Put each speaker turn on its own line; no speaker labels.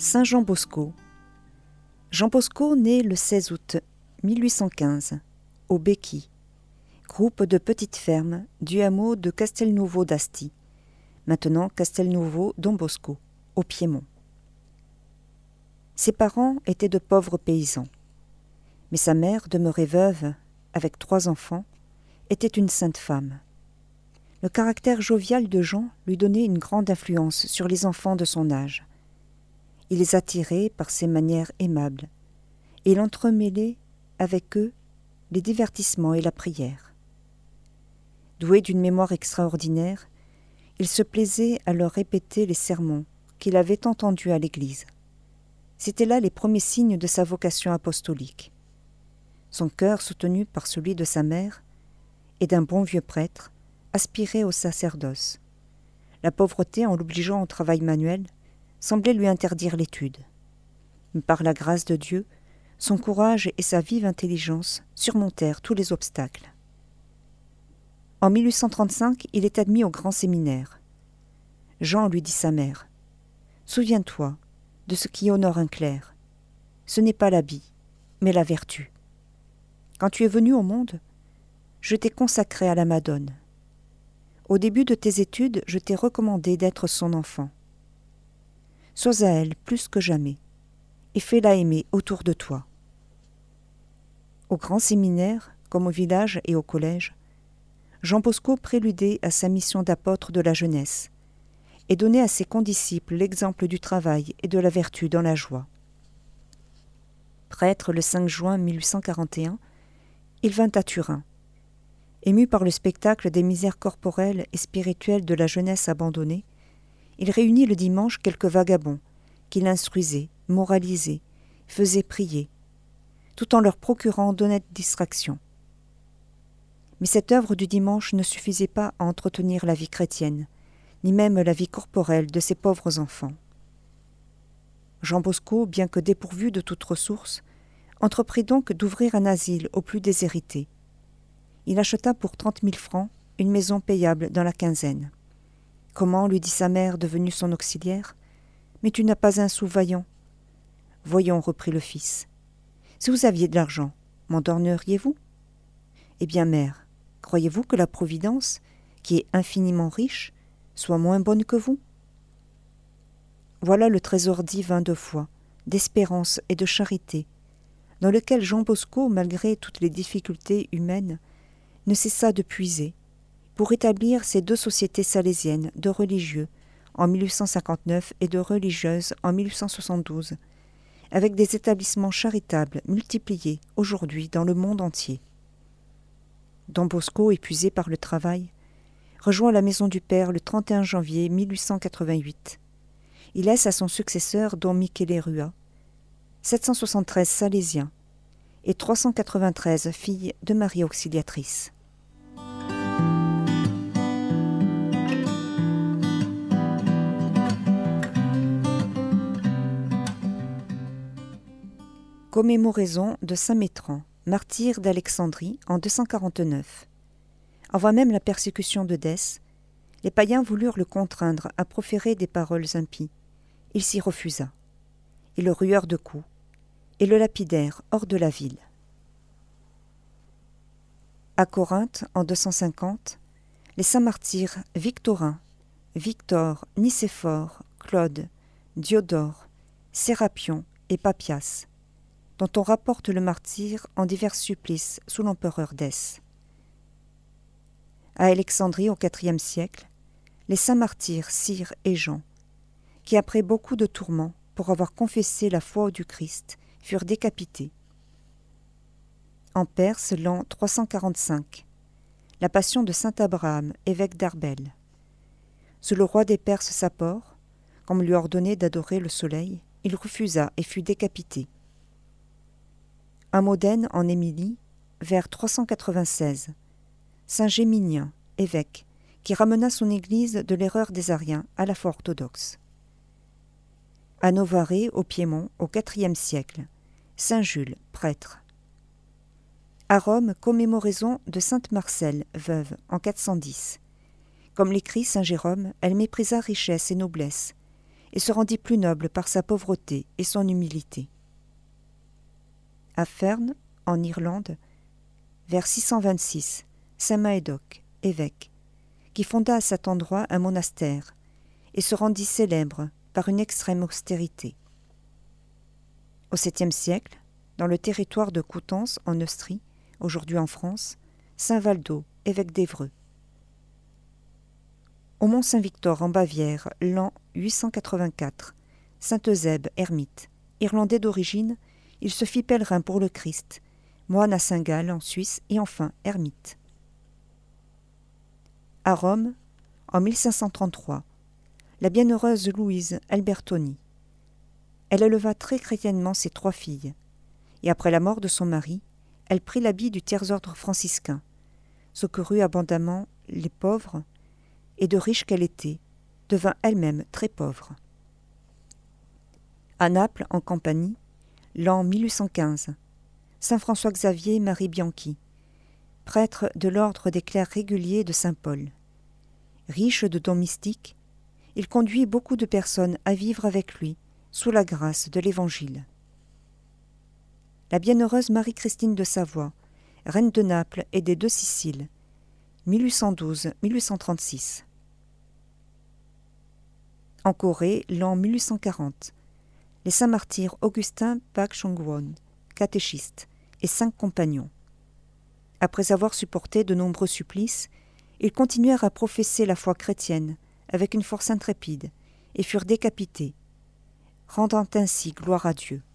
Saint Jean Bosco. Jean Bosco naît le 16 août 1815 au Becchi, groupe de petites fermes du hameau de Castelnuovo d'Asti, maintenant Castelnuovo Don Bosco, au Piémont. Ses parents étaient de pauvres paysans, mais sa mère, demeurée veuve, avec 3 enfants, était une sainte femme. Le caractère jovial de Jean lui donnait une grande influence sur les enfants de son âge. Il les attirait par ses manières aimables, et il entremêlait avec eux les divertissements et la prière. Doué d'une mémoire extraordinaire, il se plaisait à leur répéter les sermons qu'il avait entendus à l'église. C'étaient là les premiers signes de sa vocation apostolique. Son cœur, soutenu par celui de sa mère et d'un bon vieux prêtre, aspirait au sacerdoce. La pauvreté, en l'obligeant au travail manuel, semblait lui interdire l'étude. Mais par la grâce de Dieu, son courage et sa vive intelligence surmontèrent tous les obstacles. En 1835, il est admis au grand séminaire. Jean lui dit sa mère : « Souviens-toi de ce qui honore un clerc. Ce n'est pas l'habit, mais la vertu. Quand tu es venu au monde, je t'ai consacré à la Madone. Au début de tes études, je t'ai recommandé d'être son enfant. Sois à elle plus que jamais, et fais-la aimer autour de toi. » Au grand séminaire, comme au village et au collège, Jean Bosco préludait à sa mission d'apôtre de la jeunesse et donnait à ses condisciples l'exemple du travail et de la vertu dans la joie. Prêtre le 5 juin 1841, il vint à Turin. Ému par le spectacle des misères corporelles et spirituelles de la jeunesse abandonnée, il réunit le dimanche quelques vagabonds qu'il instruisait, moralisait, faisait prier, tout en leur procurant d'honnêtes distractions. Mais cette œuvre du dimanche ne suffisait pas à entretenir la vie chrétienne, ni même la vie corporelle de ces pauvres enfants. Jean Bosco, bien que dépourvu de toute ressource, entreprit donc d'ouvrir un asile aux plus déshérités. Il acheta pour 30 000 francs une maison payable dans la quinzaine. « Comment, lui dit sa mère, devenue son auxiliaire, mais tu n'as pas un sou vaillant. »« Voyons, reprit le fils, si vous aviez de l'argent, m'en donneriez-vous ? Eh bien, mère, croyez-vous que la Providence, qui est infiniment riche, soit moins bonne que vous ? Voilà le trésor divin de foi, d'espérance et de charité, dans lequel Jean Bosco, malgré toutes les difficultés humaines, ne cessa de puiser, pour établir ces 2 sociétés salésiennes de religieux en 1859 et de religieuses en 1872, avec des établissements charitables multipliés aujourd'hui dans le monde entier. Don Bosco, épuisé par le travail, rejoint la maison du Père le 31 janvier 1888. Il laisse à son successeur Don Michele Rua 773 Salésiens et 393 filles de Marie Auxiliatrice. Commémoraison de saint Métran, martyr d'Alexandrie en 249. Avant même la persécution d'Eudesse, les païens voulurent le contraindre à proférer des paroles impies. Il s'y refusa. Ils le ruèrent de coups et le lapidèrent hors de la ville. À Corinthe, en 250, les saints martyrs Victorin, Victor, Nicéphore, Claude, Diodore, Sérapion et Papias, dont on rapporte le martyre en divers supplices sous l'empereur Dès. À Alexandrie, au IVe siècle, les saints martyrs Cyr et Jean, qui après beaucoup de tourments pour avoir confessé la foi du Christ, furent décapités. En Perse, l'an 345, la passion de saint Abraham, évêque d'Arbel. Sous le roi des Perses Sapor, comme lui ordonnait d'adorer le soleil, il refusa et fut décapité. À Modène, en Émilie, vers 396, saint Géminien, évêque, qui ramena son église de l'erreur des Ariens à la foi orthodoxe. À Novare, au Piémont, au IVe siècle, saint Jules, prêtre. À Rome, commémoraison de sainte Marcelle, veuve, en 410. Comme l'écrit saint Jérôme, elle méprisa richesse et noblesse, et se rendit plus noble par sa pauvreté et son humilité. À Ferne, en Irlande, vers 626, saint Maëdoc, évêque, qui fonda à cet endroit un monastère et se rendit célèbre par une extrême austérité. Au 7e siècle, dans le territoire de Coutances en Neustrie, aujourd'hui en France, saint Valdo, évêque d'Évreux. Au mont Saint-Victor en Bavière, l'an 884, saint Eusèbe, ermite, irlandais d'origine, il se fit pèlerin pour le Christ, moine à Saint-Gall en Suisse et enfin ermite. À Rome, en 1533, la bienheureuse Louise Albertoni. Elle éleva très chrétiennement ses 3 filles, et après la mort de son mari, elle prit l'habit du tiers-ordre franciscain, secourut abondamment les pauvres, et de riche qu'elle était, devint elle-même très pauvre. À Naples, en Campanie, l'an 1815, saint François-Xavier Marie Bianchi, prêtre de l'ordre des clercs réguliers de Saint-Paul. Riche de dons mystiques, il conduit beaucoup de personnes à vivre avec lui sous la grâce de l'Évangile. La bienheureuse Marie-Christine de Savoie, reine de Naples et des 2 Siciles, 1812-1836. En Corée, l'an 1840, les saints martyrs Augustin Pak Chong-won, catéchiste, et 5 compagnons. Après avoir supporté de nombreux supplices, ils continuèrent à professer la foi chrétienne avec une force intrépide et furent décapités, rendant ainsi gloire à Dieu.